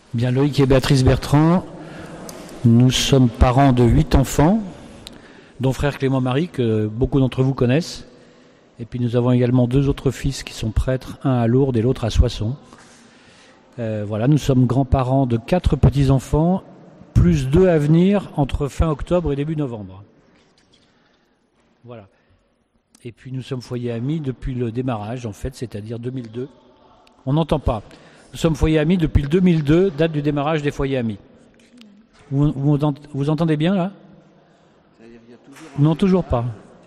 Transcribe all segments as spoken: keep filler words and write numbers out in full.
Bien, Loïc et Béatrice Bertrand, nous sommes parents de huit enfants, dont frère Clément Marie, que beaucoup d'entre vous connaissent. Et puis nous avons également deux autres fils qui sont prêtres, un à Lourdes et l'autre à Soissons. Euh, voilà, nous sommes grands-parents de quatre petits-enfants, plus deux à venir entre fin octobre et début novembre. Voilà. Et puis nous sommes foyer amis depuis le démarrage, en fait, c'est-à-dire deux mille deux. On n'entend pas. Nous sommes foyer amis depuis le deux mille deux, date du démarrage des foyers amis. Vous, vous, vous entendez bien là? Non, toujours pas.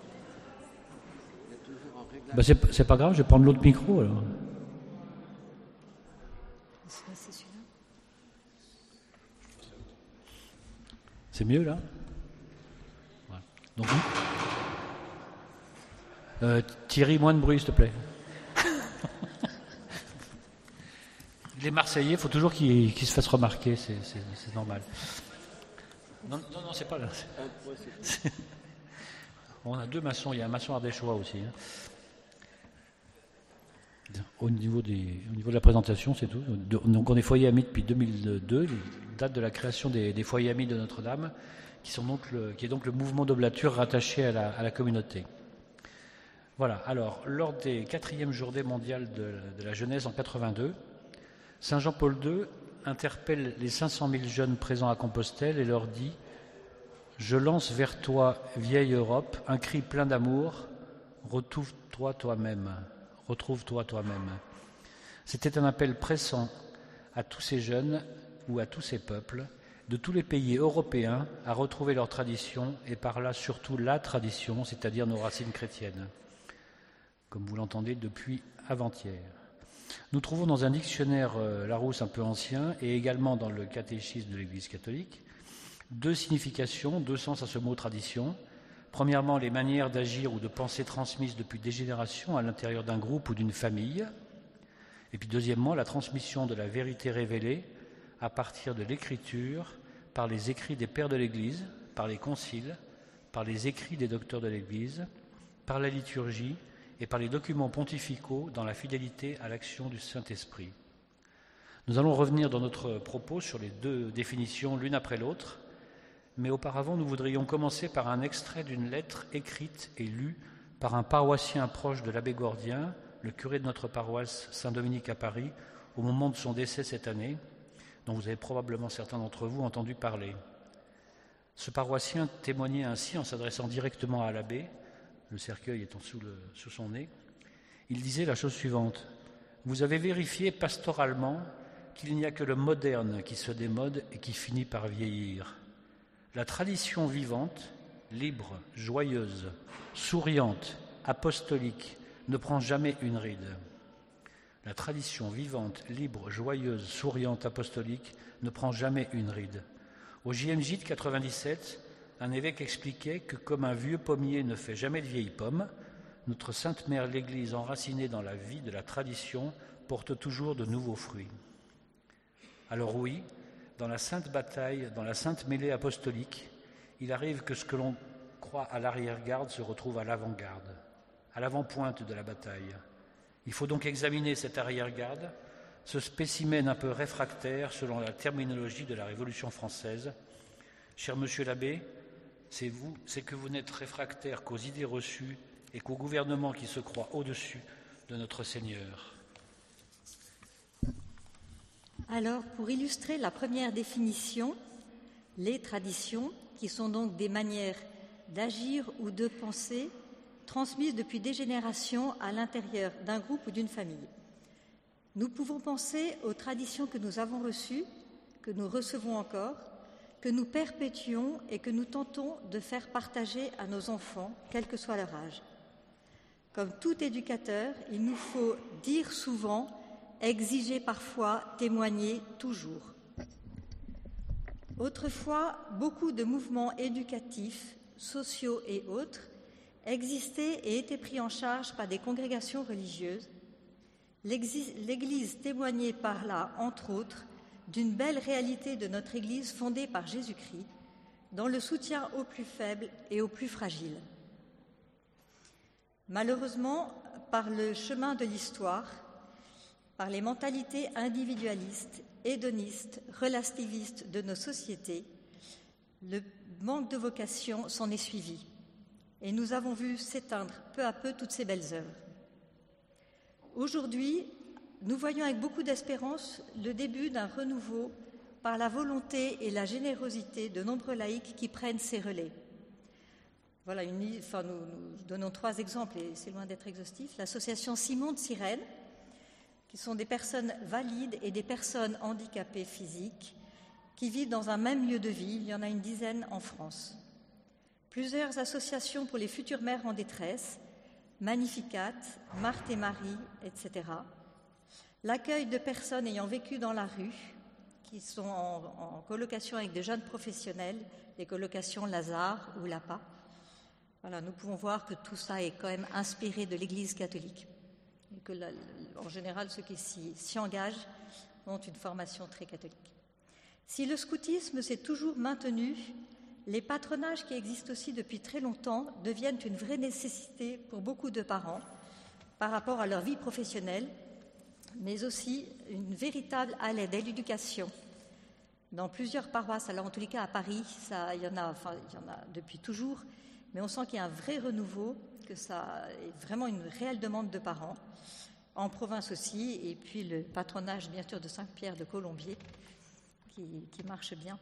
Bah, c'est, c'est pas grave, je vais prendre l'autre micro alors. C'est mieux là? Voilà. Donc, euh, Thierry, moins de bruit s'il te plaît. Les Marseillais, il faut toujours qu'ils, qu'ils se fassent remarquer, c'est, c'est, c'est normal. Non, non, non, c'est pas là. C'est... On a deux maçons, il y a un maçon ardéchois aussi. Hein. Au niveau, des, au niveau de la présentation, c'est tout. Donc on est foyer amis depuis deux mille deux, date de la création des, des foyers amis de Notre-Dame, qui, sont donc le, qui est donc le mouvement d'oblature rattaché à la, à la communauté. Voilà, alors, lors des quatrièmes journées mondiales de, de la jeunesse en quatre-vingt-deux, Saint Jean-Paul deux interpelle les cinq cent mille jeunes présents à Compostelle et leur dit « Je lance vers toi, vieille Europe, un cri plein d'amour, retrouve-toi toi-même, retrouve-toi toi-même. » C'était un appel pressant à tous ces jeunes ou à tous ces peuples de tous les pays européens à retrouver leur tradition et par là surtout la tradition, c'est-à-dire nos racines chrétiennes, comme vous l'entendez depuis avant-hier. Nous trouvons dans un dictionnaire euh, Larousse un peu ancien et également dans le catéchisme de l'Église catholique deux significations, deux sens à ce mot tradition. Premièrement, les manières d'agir ou de penser transmises depuis des générations à l'intérieur d'un groupe ou d'une famille. Et puis deuxièmement, la transmission de la vérité révélée à partir de l'écriture, par les écrits des pères de l'Église, par les conciles, par les écrits des docteurs de l'Église, par la liturgie et par les documents pontificaux dans la fidélité à l'action du Saint-Esprit. Nous allons revenir dans notre propos sur les deux définitions l'une après l'autre, mais auparavant nous voudrions commencer par un extrait d'une lettre écrite et lue par un paroissien proche de l'abbé Gordien, le curé de notre paroisse Saint-Dominique à Paris, au moment de son décès cette année, dont vous avez probablement certains d'entre vous entendu parler. Ce paroissien témoignait ainsi en s'adressant directement à l'abbé, le cercueil étant sous, le, sous son nez. Il disait la chose suivante: « Vous avez vérifié pastoralement qu'il n'y a que le moderne qui se démode et qui finit par vieillir. La tradition vivante, libre, joyeuse, souriante, apostolique, ne prend jamais une ride. La tradition vivante, libre, joyeuse, souriante, apostolique ne prend jamais une ride. Au J M J de quatre-vingt-dix-sept, un évêque expliquait que comme un vieux pommier ne fait jamais de vieilles pommes, notre Sainte Mère l'Église enracinée dans la vie de la tradition porte toujours de nouveaux fruits. Alors oui, dans la sainte bataille, dans la sainte mêlée apostolique, il arrive que ce que l'on croit à l'arrière-garde se retrouve à l'avant-garde, à l'avant-pointe de la bataille. Il faut donc examiner cette arrière-garde, ce spécimen un peu réfractaire selon la terminologie de la Révolution française. Cher monsieur l'abbé, c'est vous, c'est que vous n'êtes réfractaire qu'aux idées reçues et qu'au gouvernement qui se croit au-dessus de notre Seigneur. » Alors, pour illustrer la première définition, les traditions, qui sont donc des manières d'agir ou de penser transmises depuis des générations à l'intérieur d'un groupe ou d'une famille. Nous pouvons penser aux traditions que nous avons reçues, que nous recevons encore, que nous perpétuons et que nous tentons de faire partager à nos enfants, quel que soit leur âge. Comme tout éducateur, il nous faut dire souvent, exiger parfois, témoigner toujours. Autrefois, beaucoup de mouvements éducatifs, sociaux et autres existaient et étaient pris en charge par des congrégations religieuses. L'Église témoignait par là, entre autres, d'une belle réalité de notre Église fondée par Jésus-Christ, dans le soutien aux plus faibles et aux plus fragiles. Malheureusement, par le chemin de l'histoire, par les mentalités individualistes hédonistes, relativistes de nos sociétés, le manque de vocation s'en est suivi. Et nous avons vu s'éteindre peu à peu toutes ces belles œuvres. Aujourd'hui, nous voyons avec beaucoup d'espérance le début d'un renouveau par la volonté et la générosité de nombreux laïcs qui prennent ces relais. Voilà, une, enfin, nous, nous donnons trois exemples et c'est loin d'être exhaustif. L'association Simon de Cyrène, qui sont des personnes valides et des personnes handicapées physiques qui vivent dans un même lieu de vie. Il y en a une dizaine en France. Plusieurs associations pour les futures mères en détresse, Magnificat, Marthe et Marie, et cetera. L'accueil de personnes ayant vécu dans la rue, qui sont en, en colocation avec de jeunes professionnels, les colocations Lazare ou Lapa. Voilà, nous pouvons voir que tout ça est quand même inspiré de l'Église catholique. Et que, la, en général, ceux qui s'y, s'y engagent ont une formation très catholique. Si le scoutisme s'est toujours maintenu, les patronages qui existent aussi depuis très longtemps deviennent une vraie nécessité pour beaucoup de parents par rapport à leur vie professionnelle, mais aussi une véritable aide à l'éducation. Dans plusieurs paroisses, alors en tous les cas à Paris, ça, il y en a, enfin, il y en a depuis toujours, mais on sent qu'il y a un vrai renouveau, que ça est vraiment une réelle demande de parents, en province aussi, et puis le patronage bien sûr de Saint-Pierre de Colombier, qui, qui marche bien.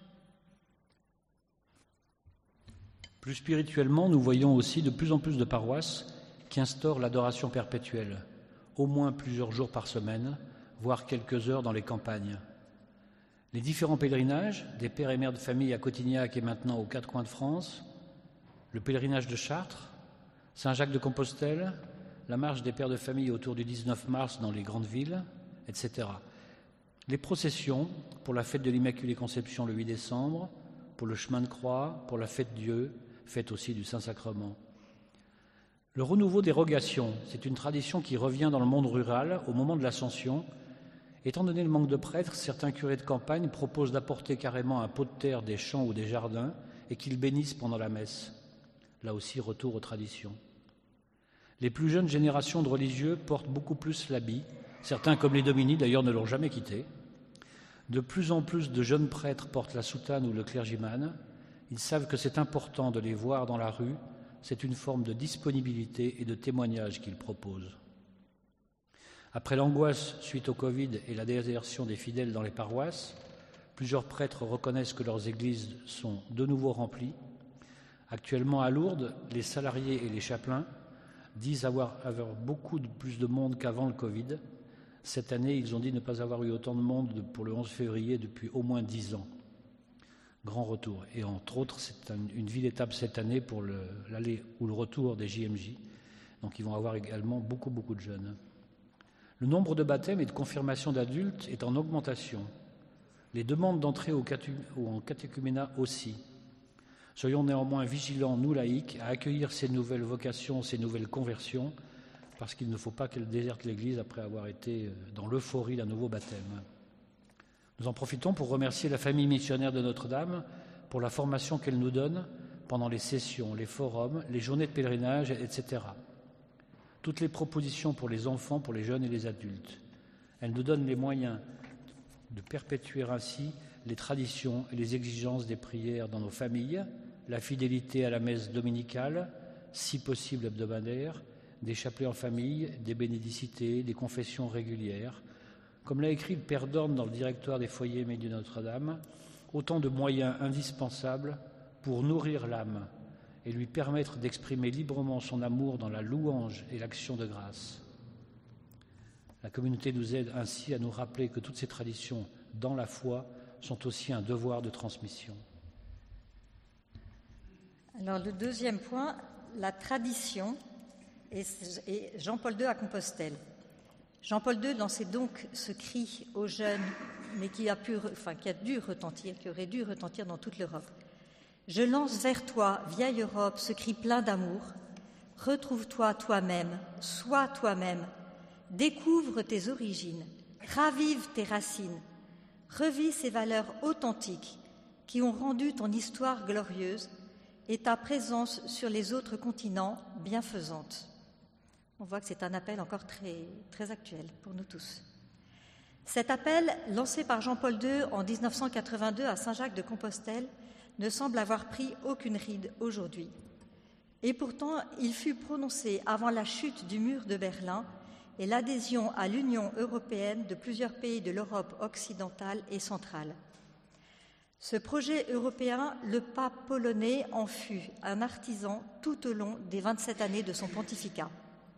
Plus spirituellement, nous voyons aussi de plus en plus de paroisses qui instaurent l'adoration perpétuelle, au moins plusieurs jours par semaine, voire quelques heures dans les campagnes. Les différents pèlerinages, des pères et mères de famille à Cotignac et maintenant aux quatre coins de France, le pèlerinage de Chartres, Saint-Jacques-de-Compostelle, la marche des pères de famille autour du dix-neuf mars dans les grandes villes, et cetera. Les processions pour la fête de l'Immaculée Conception le huit décembre, pour le chemin de croix, pour la fête Dieu, fête aussi du Saint-Sacrement. Le renouveau des rogations, c'est une tradition qui revient dans le monde rural au moment de l'Ascension. Étant donné le manque de prêtres, certains curés de campagne proposent d'apporter carrément un pot de terre des champs ou des jardins et qu'ils bénissent pendant la messe. Là aussi, retour aux traditions. Les plus jeunes générations de religieux portent beaucoup plus l'habit. Certains, comme les Dominiques, d'ailleurs, ne l'ont jamais quitté. De plus en plus de jeunes prêtres portent la soutane ou le clergyman. Ils savent que c'est important de les voir dans la rue. C'est une forme de disponibilité et de témoignage qu'ils proposent. Après l'angoisse suite au Covid et la désertion des fidèles dans les paroisses, plusieurs prêtres reconnaissent que leurs églises sont de nouveau remplies. Actuellement à Lourdes, les salariés et les chapelains disent avoir, avoir beaucoup de, plus de monde qu'avant le Covid. Cette année, ils ont dit ne pas avoir eu autant de monde pour le onze février depuis au moins dix ans. Grand retour. Et entre autres, c'est un, une ville étape cette année pour le, l'aller ou le retour des J M J. Donc ils vont avoir également beaucoup, beaucoup de jeunes. Le nombre de baptêmes et de confirmations d'adultes est en augmentation. Les demandes d'entrée au caté- ou en catéchuménat aussi. Soyons néanmoins vigilants, nous laïcs, à accueillir ces nouvelles vocations, ces nouvelles conversions, parce qu'il ne faut pas qu'elles désertent l'Église après avoir été dans l'euphorie d'un nouveau baptême. Nous en profitons pour remercier la famille missionnaire de Notre-Dame pour la formation qu'elle nous donne pendant les sessions, les forums, les journées de pèlerinage, et cetera. Toutes les propositions pour les enfants, pour les jeunes et les adultes. Elle nous donne les moyens de perpétuer ainsi les traditions et les exigences des prières dans nos familles, la fidélité à la messe dominicale, si possible hebdomadaire, des chapelets en famille, des bénédicités, des confessions régulières. Comme l'a écrit le Père Dorne dans le directoire des foyers aimés de Notre-Dame, autant de moyens indispensables pour nourrir l'âme et lui permettre d'exprimer librement son amour dans la louange et l'action de grâce. La communauté nous aide ainsi à nous rappeler que toutes ces traditions dans la foi sont aussi un devoir de transmission. Alors le deuxième point, la tradition, et Jean-Paul deux à Compostelle. Jean-Paul deux lançait donc ce cri aux jeunes, mais qui a, pu, enfin, qui a dû retentir, qui aurait dû retentir dans toute l'Europe. Je lance vers toi, vieille Europe, ce cri plein d'amour. Retrouve-toi toi-même, sois toi-même, découvre tes origines, ravive tes racines, revis ces valeurs authentiques qui ont rendu ton histoire glorieuse et ta présence sur les autres continents bienfaisante. On voit que c'est un appel encore très, très actuel pour nous tous. Cet appel, lancé par Jean-Paul deux en dix-neuf cent quatre-vingt-deux à Saint-Jacques-de-Compostelle, ne semble avoir pris aucune ride aujourd'hui. Et pourtant, il fut prononcé avant la chute du mur de Berlin et l'adhésion à l'Union européenne de plusieurs pays de l'Europe occidentale et centrale. Ce projet européen, le pape polonais en fut un artisan tout au long des vingt-sept années de son pontificat.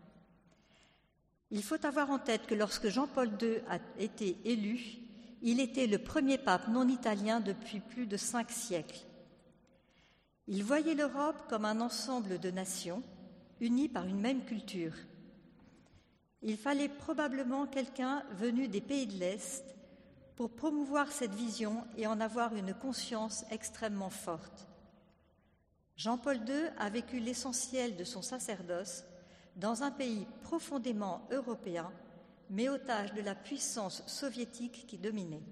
Il faut avoir en tête que lorsque Jean-Paul deux a été élu, il était le premier pape non italien depuis plus de cinq siècles. Il voyait l'Europe comme un ensemble de nations unies par une même culture. Il fallait probablement quelqu'un venu des pays de l'Est pour promouvoir cette vision et en avoir une conscience extrêmement forte. Jean-Paul deux a vécu l'essentiel de son sacerdoce dans un pays profondément européen, mais otage de la puissance soviétique qui dominait.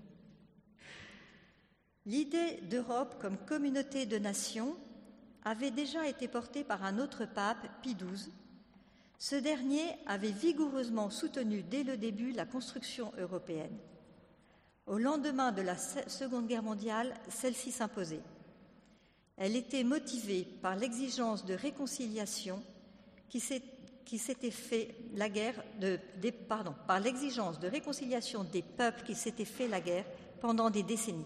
L'idée d'Europe comme communauté de nations avait déjà été portée par un autre pape, Pie douze. Ce dernier avait vigoureusement soutenu dès le début la construction européenne. Au lendemain de la Seconde Guerre mondiale, celle-ci s'imposait. Elle était motivée par l'exigence de réconciliation qui, s'est, qui s'était fait la guerre de, des, pardon, par l'exigence de réconciliation des peuples qui s'étaient fait la guerre pendant des décennies.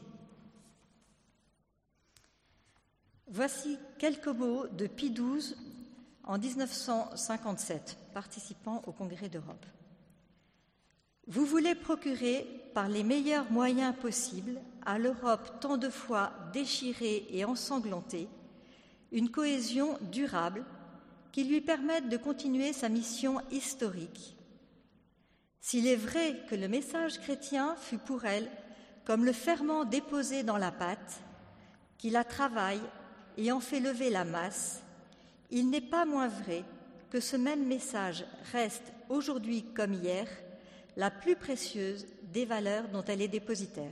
Voici quelques mots de Pie douze en dix-neuf cent cinquante-sept, participant au Congrès d'Europe. Vous voulez procurer, par les meilleurs moyens possibles, à l'Europe tant de fois déchirée et ensanglantée, une cohésion durable qui lui permette de continuer sa mission historique. S'il est vrai que le message chrétien fut pour elle comme le ferment déposé dans la pâte, qui la travaille et en fait lever la masse, il n'est pas moins vrai que ce même message reste, aujourd'hui comme hier, la plus précieuse des valeurs dont elle est dépositaire.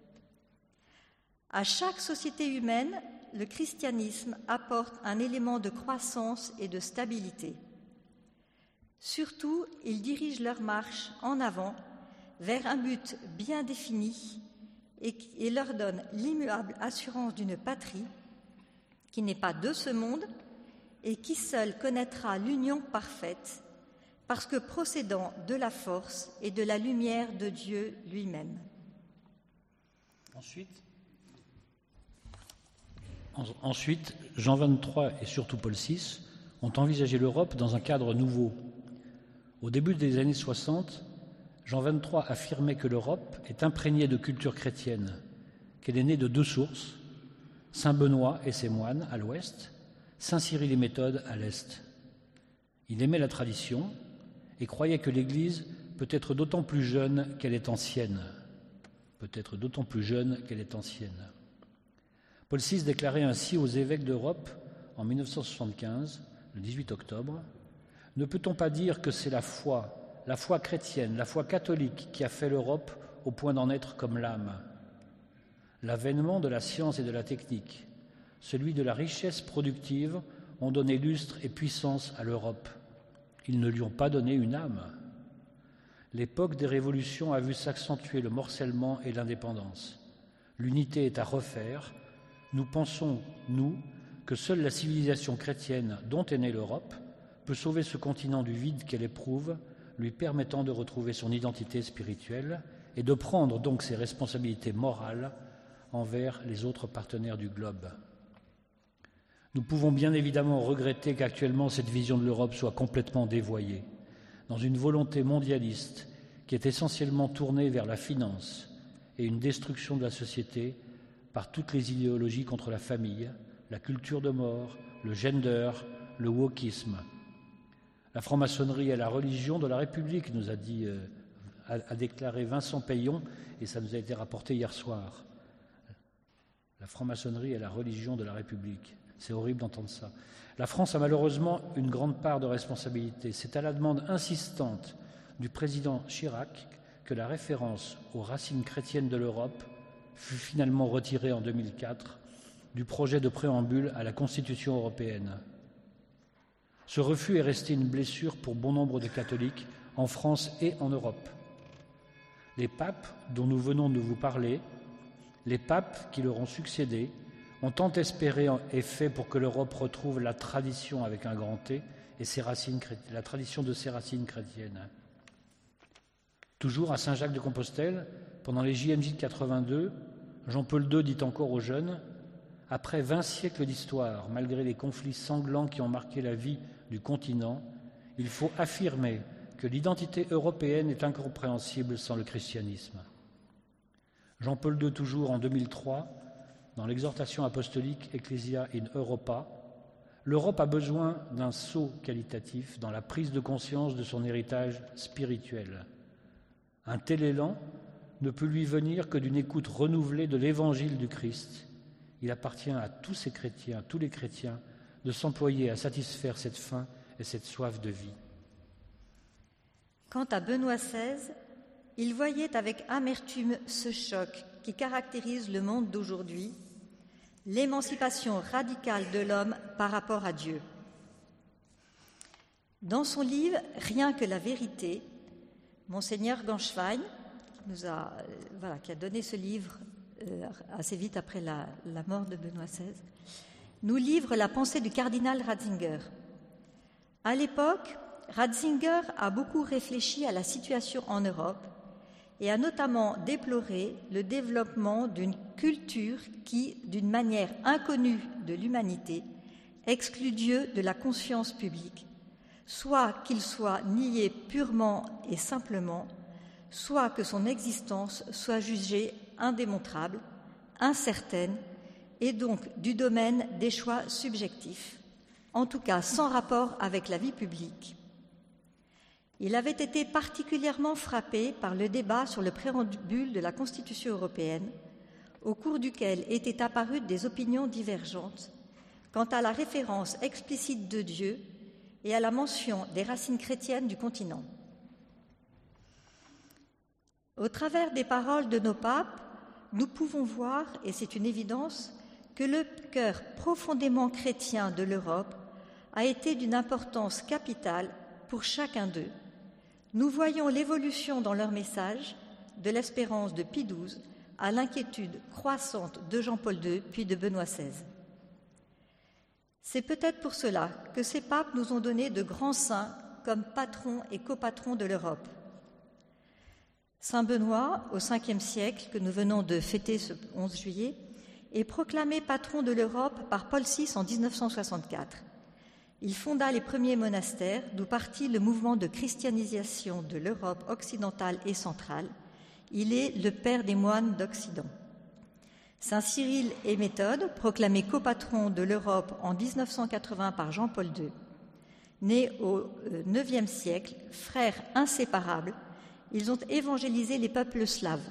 À chaque société humaine, le christianisme apporte un élément de croissance et de stabilité. Surtout, il dirige leur marche en avant vers un but bien défini et, et leur donne l'immuable assurance d'une patrie qui n'est pas de ce monde et qui seule connaîtra l'union parfaite, parce que procédant de la force et de la lumière de Dieu lui-même. Ensuite, en, ensuite, Jean vingt-trois et surtout Paul six ont envisagé l'Europe dans un cadre nouveau. Au début des années soixante, Jean vingt-trois affirmait que l'Europe est imprégnée de culture chrétienne, qu'elle est née de deux sources, Saint Benoît et ses moines à l'ouest, Saint Cyril et Méthode à l'est. Il aimait la tradition et croyait que l'Église peut être d'autant plus jeune qu'elle est ancienne. Peut être d'autant plus jeune qu'elle est ancienne. Paul six déclarait ainsi aux évêques d'Europe en mille neuf cent soixante-quinze, le dix-huit octobre, « Ne peut-on pas dire que c'est la foi, la foi chrétienne, la foi catholique qui a fait l'Europe au point d'en être comme l'âme ? L'avènement de la science et de la technique, celui de la richesse productive ont donné lustre et puissance à l'Europe. Ils ne lui ont pas donné une âme. L'époque des révolutions a vu s'accentuer le morcellement et l'indépendance. L'unité est à refaire. Nous pensons, nous, que seule la civilisation chrétienne dont est née l'Europe peut sauver ce continent du vide qu'elle éprouve, lui permettant de retrouver son identité spirituelle et de prendre donc ses responsabilités morales envers les autres partenaires du globe. Nous pouvons bien évidemment regretter qu'actuellement cette vision de l'Europe soit complètement dévoyée, dans une volonté mondialiste qui est essentiellement tournée vers la finance et une destruction de la société par toutes les idéologies contre la famille, la culture de mort, le gender, le wokisme. La franc-maçonnerie est la religion de la République, nous a dit, euh, a, a déclaré Vincent Payon, et ça nous a été rapporté hier soir. La franc-maçonnerie est la religion de la République. C'est horrible d'entendre ça. La France a malheureusement une grande part de responsabilité. C'est à la demande insistante du président Chirac que la référence aux racines chrétiennes de l'Europe fut finalement retirée en deux mille quatre du projet de préambule à la Constitution européenne. Ce refus est resté une blessure pour bon nombre de catholiques en France et en Europe. Les papes dont nous venons de vous parler, les papes qui leur ont succédé, ont tant espéré et fait pour que l'Europe retrouve la tradition avec un grand T et ses racines, la tradition de ses racines chrétiennes. Toujours à Saint-Jacques-de-Compostelle, pendant les J M J de quatre-vingt-deux, Jean-Paul deux dit encore aux jeunes « Après vingt siècles d'histoire, malgré les conflits sanglants qui ont marqué la vie du continent, il faut affirmer que l'identité européenne est incompréhensible sans le christianisme. » Jean-Paul deux, toujours en deux mille trois, dans l'exhortation apostolique Ecclesia in Europa, l'Europe a besoin d'un saut qualitatif dans la prise de conscience de son héritage spirituel. Un tel élan ne peut lui venir que d'une écoute renouvelée de l'évangile du Christ. Il appartient à tous ces chrétiens, tous les chrétiens, de s'employer à satisfaire cette faim et cette soif de vie. Quant à Benoît seize, il voyait avec amertume ce choc qui caractérise le monde d'aujourd'hui, l'émancipation radicale de l'homme par rapport à Dieu. Dans son livre « Rien que la vérité », Monseigneur Ganschwein, qui, nous a, euh, voilà, qui a donné ce livre euh, assez vite après la, la mort de Benoît seize, nous livre la pensée du cardinal Ratzinger. À l'époque, Ratzinger a beaucoup réfléchi à la situation en Europe et a notamment déploré le développement d'une culture qui, d'une manière inconnue de l'humanité, exclut Dieu de la conscience publique, soit qu'il soit nié purement et simplement, soit que son existence soit jugée indémontrable, incertaine, et donc du domaine des choix subjectifs, en tout cas sans rapport avec la vie publique. Il avait été particulièrement frappé par le débat sur le préambule de la Constitution européenne, au cours duquel étaient apparues des opinions divergentes quant à la référence explicite de Dieu et à la mention des racines chrétiennes du continent. Au travers des paroles de nos papes, nous pouvons voir, et c'est une évidence, que le cœur profondément chrétien de l'Europe a été d'une importance capitale pour chacun d'eux. Nous voyons l'évolution dans leur message de l'espérance de Pie douze à l'inquiétude croissante de Jean-Paul deux puis de Benoît seize. C'est peut-être pour cela que ces papes nous ont donné de grands saints comme patrons et copatrons de l'Europe. Saint Benoît, au cinquième siècle, que nous venons de fêter ce onze juillet, est proclamé patron de l'Europe par Paul six en dix-neuf cent soixante-quatre. Il fonda les premiers monastères, d'où partit le mouvement de christianisation de l'Europe occidentale et centrale. Il est le père des moines d'Occident. Saint Cyril et Méthode, proclamé copatron de l'Europe en dix-neuf cent quatre-vingts par Jean-Paul deux, nés au neuvième siècle, frères inséparables, ils ont évangélisé les peuples slaves.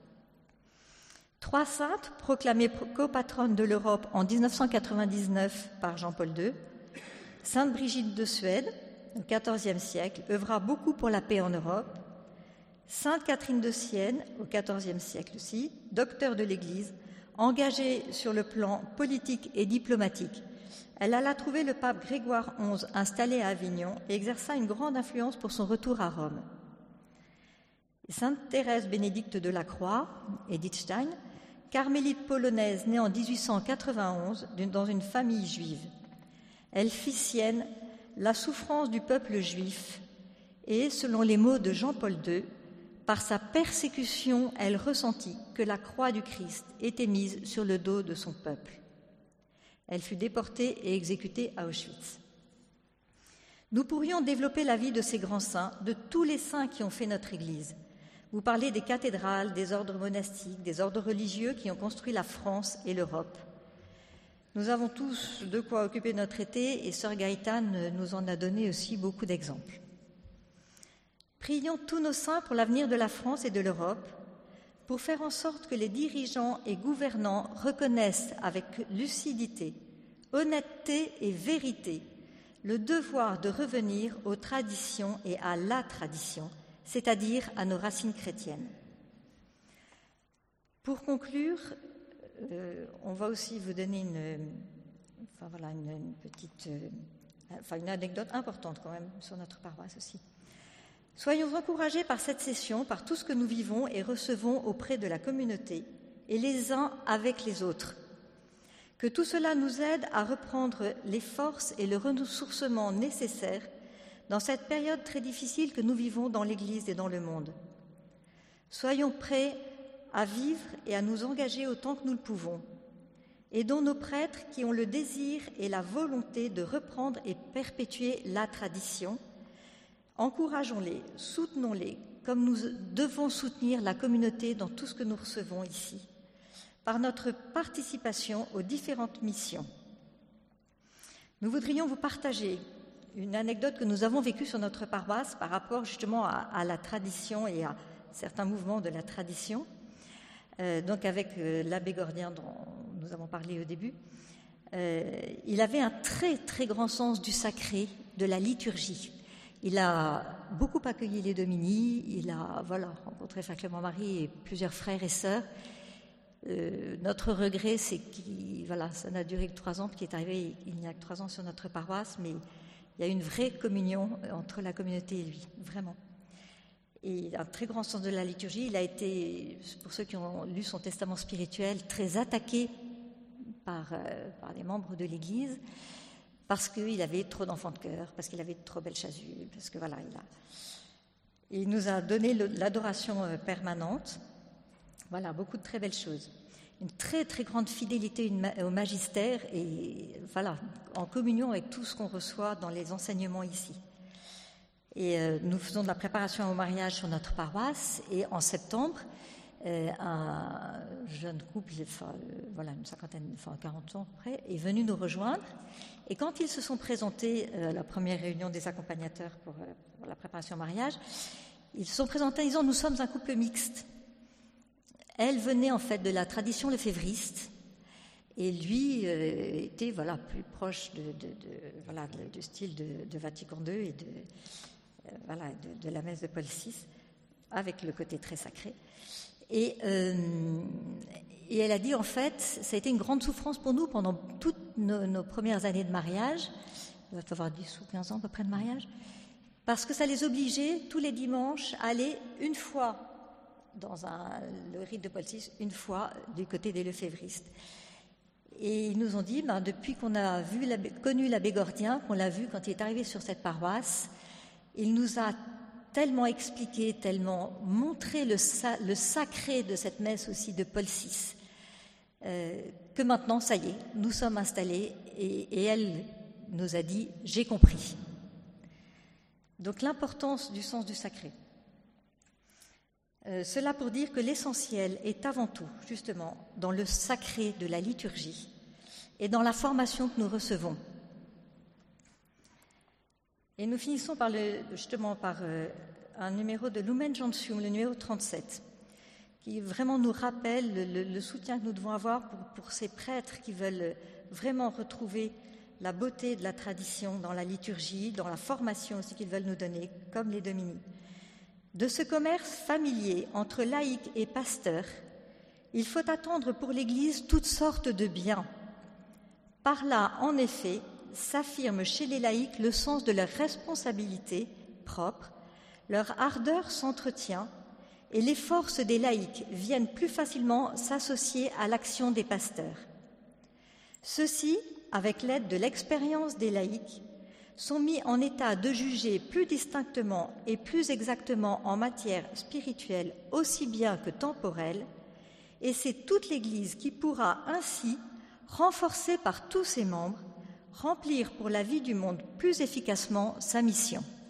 Trois saintes, proclamées copatronnes de l'Europe en dix-neuf cent quatre-vingt-dix-neuf par Jean-Paul deux, Sainte Brigitte de Suède, au quatorzième siècle, œuvra beaucoup pour la paix en Europe. Sainte Catherine de Sienne, au quatorzième siècle aussi, docteur de l'Église, engagée sur le plan politique et diplomatique. Elle alla trouver le pape Grégoire onze installé à Avignon et exerça une grande influence pour son retour à Rome. Sainte Thérèse Bénédicte de la Croix, Edith Stein, carmélite polonaise née en dix-huit cent quatre-vingt-onze dans une famille juive. Elle fit sienne la souffrance du peuple juif et, selon les mots de Jean-Paul deux, par sa persécution, elle ressentit que la croix du Christ était mise sur le dos de son peuple. Elle fut déportée et exécutée à Auschwitz. Nous pourrions développer la vie de ces grands saints, de tous les saints qui ont fait notre Église. Vous parlez des cathédrales, des ordres monastiques, des ordres religieux qui ont construit la France et l'Europe. Nous avons tous de quoi occuper notre été et Sœur Gaëtane nous en a donné aussi beaucoup d'exemples. Prions tous nos saints pour l'avenir de la France et de l'Europe, pour faire en sorte que les dirigeants et gouvernants reconnaissent avec lucidité, honnêteté et vérité le devoir de revenir aux traditions et à la tradition, c'est-à-dire à nos racines chrétiennes. Pour conclure, euh, on va aussi vous donner une, enfin voilà, une, une petite, euh, enfin une anecdote importante quand même sur notre paroisse aussi. Soyons encouragés par cette session, par tout ce que nous vivons et recevons auprès de la communauté, et les uns avec les autres. Que tout cela nous aide à reprendre les forces et le ressourcement nécessaires dans cette période très difficile que nous vivons dans l'Église et dans le monde. Soyons prêts à vivre et à nous engager autant que nous le pouvons. Aidons nos prêtres qui ont le désir et la volonté de reprendre et perpétuer la tradition. Encourageons-les, soutenons-les, comme nous devons soutenir la communauté dans tout ce que nous recevons ici, par notre participation aux différentes missions. Nous voudrions vous partager une anecdote que nous avons vécue sur notre paroisse par rapport justement à, à la tradition et à certains mouvements de la tradition. Euh, donc avec euh, l'abbé Gordien dont nous avons parlé au début, euh, il avait un très très grand sens du sacré, de la liturgie. Il a beaucoup accueilli les Dominies, il a voilà, rencontré Frère Clément-Marie et plusieurs frères et sœurs. Euh, notre regret, c'est que voilà, ça n'a duré que trois ans, qui est arrivé il n'y a que trois ans sur notre paroisse, mais il y a une vraie communion entre la communauté et lui, vraiment. Et il a un très grand sens de la liturgie. Il a été, pour ceux qui ont lu son testament spirituel, très attaqué par, euh, par les membres de l'Église, parce qu'il avait trop d'enfants de cœur, parce qu'il avait de trop belles chasubles, parce que voilà, il a... Il nous a donné le, l'adoration permanente. Voilà, beaucoup de très belles choses. Une très très grande fidélité au magistère et voilà, en communion avec tout ce qu'on reçoit dans les enseignements ici. Et euh, nous faisons de la préparation au mariage sur notre paroisse et en septembre, euh, un jeune couple, enfin, euh, voilà, une cinquantaine, enfin quarante ans après, est venu nous rejoindre. Et quand ils se sont présentés euh, à la première réunion des accompagnateurs pour, euh, pour la préparation au mariage, ils se sont présentés en disant « Nous sommes un couple mixte ». Elle venait en fait de la tradition lefévriste et lui euh, était voilà, plus proche de, de, de, voilà, de, du style de, de Vatican deux et de, euh, voilà, de, de la messe de Paul six, avec le côté très sacré. Et, euh, et elle a dit, en fait, ça a été une grande souffrance pour nous pendant toutes nos, nos premières années de mariage, il va avoir dix ou quinze ans à peu près de mariage, parce que ça les obligeait tous les dimanches à aller une fois dans un, le rite de Paul six, une fois du côté des lefévristes. Et ils nous ont dit, ben, depuis qu'on a vu, connu l'abbé Gordien, qu'on l'a vu quand il est arrivé sur cette paroisse, il nous a tellement expliqué, tellement montré le, le sacré de cette messe aussi de Paul six, euh, que maintenant, ça y est, nous sommes installés et, et elle nous a dit « j'ai compris ». Donc l'importance du sens du sacré. Euh, cela pour dire que l'essentiel est avant tout, justement, dans le sacré de la liturgie et dans la formation que nous recevons. Et nous finissons par le, justement par euh, un numéro de Lumen Gentium, le numéro trente-sept, qui vraiment nous rappelle le, le, le soutien que nous devons avoir pour, pour ces prêtres qui veulent vraiment retrouver la beauté de la tradition dans la liturgie, dans la formation aussi qu'ils veulent nous donner, comme les Dominies. De ce commerce familier entre laïcs et pasteurs, il faut attendre pour l'Église toutes sortes de biens. Par là, en effet, s'affirme chez les laïcs le sens de leur responsabilité propre, leur ardeur s'entretient et les forces des laïcs viennent plus facilement s'associer à l'action des pasteurs. Ceux-ci, avec l'aide de l'expérience des laïcs, sont mis en état de juger plus distinctement et plus exactement en matière spirituelle aussi bien que temporelle, et c'est toute l'Église qui pourra ainsi, renforcée par tous ses membres, remplir pour la vie du monde plus efficacement sa mission.